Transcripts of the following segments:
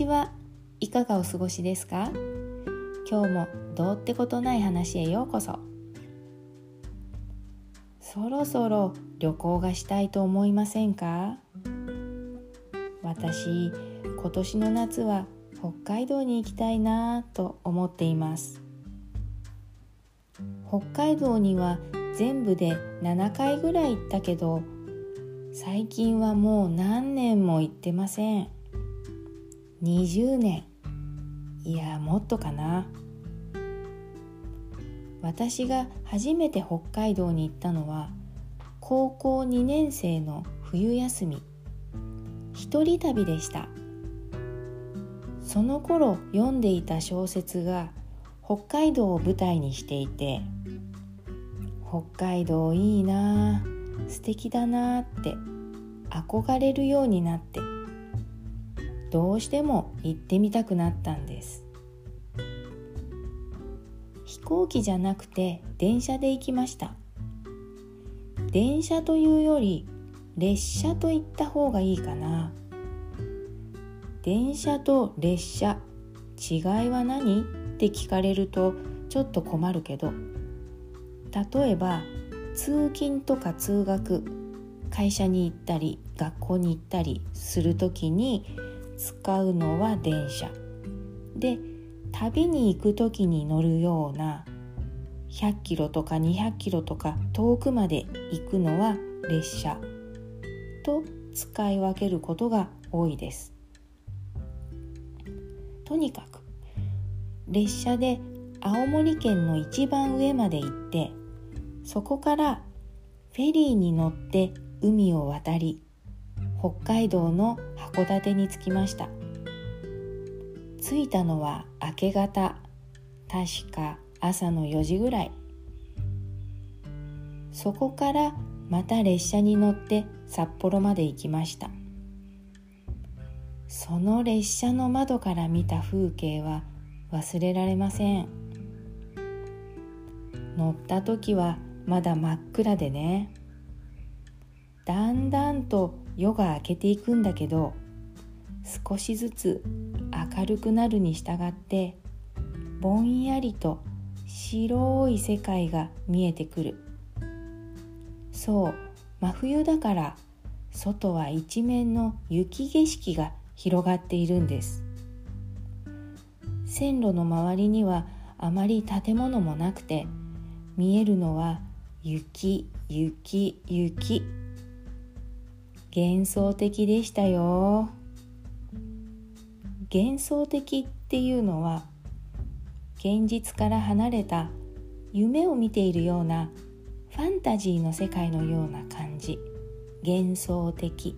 ちは。いかがお過ごしですか？今日もどうってことない話へようこそ。そろそろ旅行がしたいと思いませんか？私、今年の夏は北海道に行きたいなと思っています。北海道には全部で7回ぐらい行ったけど、最近はもう何年も行ってません。20年、いやもっとかな。私が初めて北海道に行ったのは高校2年生の冬休み、一人旅でした。その頃読んでいた小説が北海道を舞台にしていて、北海道いいな、素敵だなって憧れるようになって、どうしても行ってみたくなったんです。飛行機じゃなくて電車で行きました。電車というより列車と言った方がいいかな。電車と列車、違いは何って聞かれるとちょっと困るけど、例えば通勤とか通学、会社に行ったり学校に行ったりするときに使うのは電車で、旅に行くときに乗るような100キロとか200キロとか遠くまで行くのは列車と使い分けることが多いです。とにかく列車で青森県の一番上まで行って、そこからフェリーに乗って海を渡り、北海道の函館に着きました。着いたのは明け方、確か朝の4時ぐらい。そこからまた列車に乗って札幌まで行きました。その列車の窓から見た風景は忘れられません。乗った時はまだ真っ暗でね、だんだんと夜が明けていくんだけど、少しずつ明るくなるに従ってぼんやりと白い世界が見えてくる。そう、真冬だから外は一面の雪景色が広がっているんです。線路の周りにはあまり建物もなくて、見えるのは雪、雪、雪。幻想的でしたよ。幻想的っていうのは、現実から離れた夢を見ているようなファンタジーの世界のような感じ。幻想的。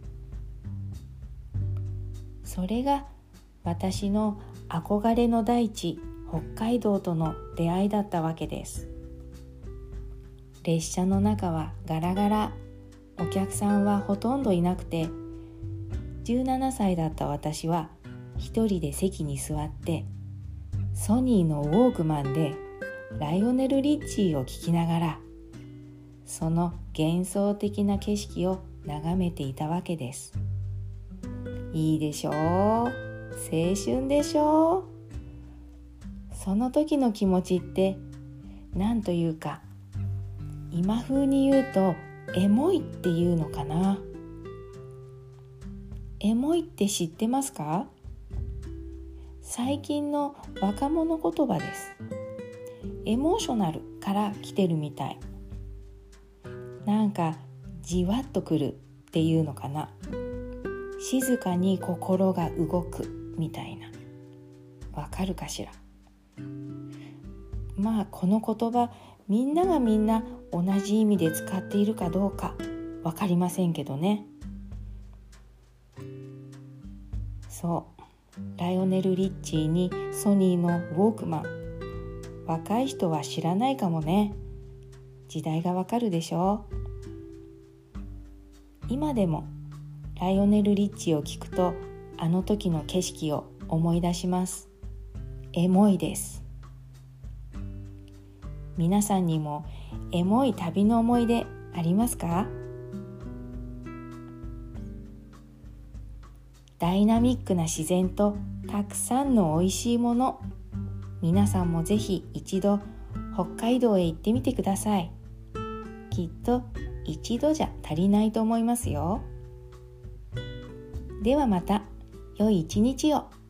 それが私の憧れの大地、北海道との出会いだったわけです。列車の中はガラガラ、お客さんはほとんどいなくて、17歳だった私は一人で席に座って、ソニーのウォークマンでライオネル・リッチーを聴きながら、その幻想的な景色を眺めていたわけです。いいでしょう？青春でしょう？その時の気持ちってなんというか、今風に言うとエモいっていうのかな。エモいって知ってますか？最近の若者言葉です。エモーショナルから来てるみたい。なんかじわっとくるっていうのかな。静かに心が動くみたいな。わかるかしら？まあこの言葉、みんながみんな同じ意味で使っているかどうかわかりませんけどね。そう、ライオネル・リッチーにソニーのウォークマン。若い人は知らないかもね。時代がわかるでしょ。今でもライオネル・リッチーを聞くと、あの時の景色を思い出します。エモいです。皆さんにもエモい旅の思い出ありますか？ ダイナミックな自然とたくさんのおいしいもの、皆さんもぜひ一度北海道へ行ってみてください。きっと一度じゃ足りないと思いますよ。ではまた良い一日を。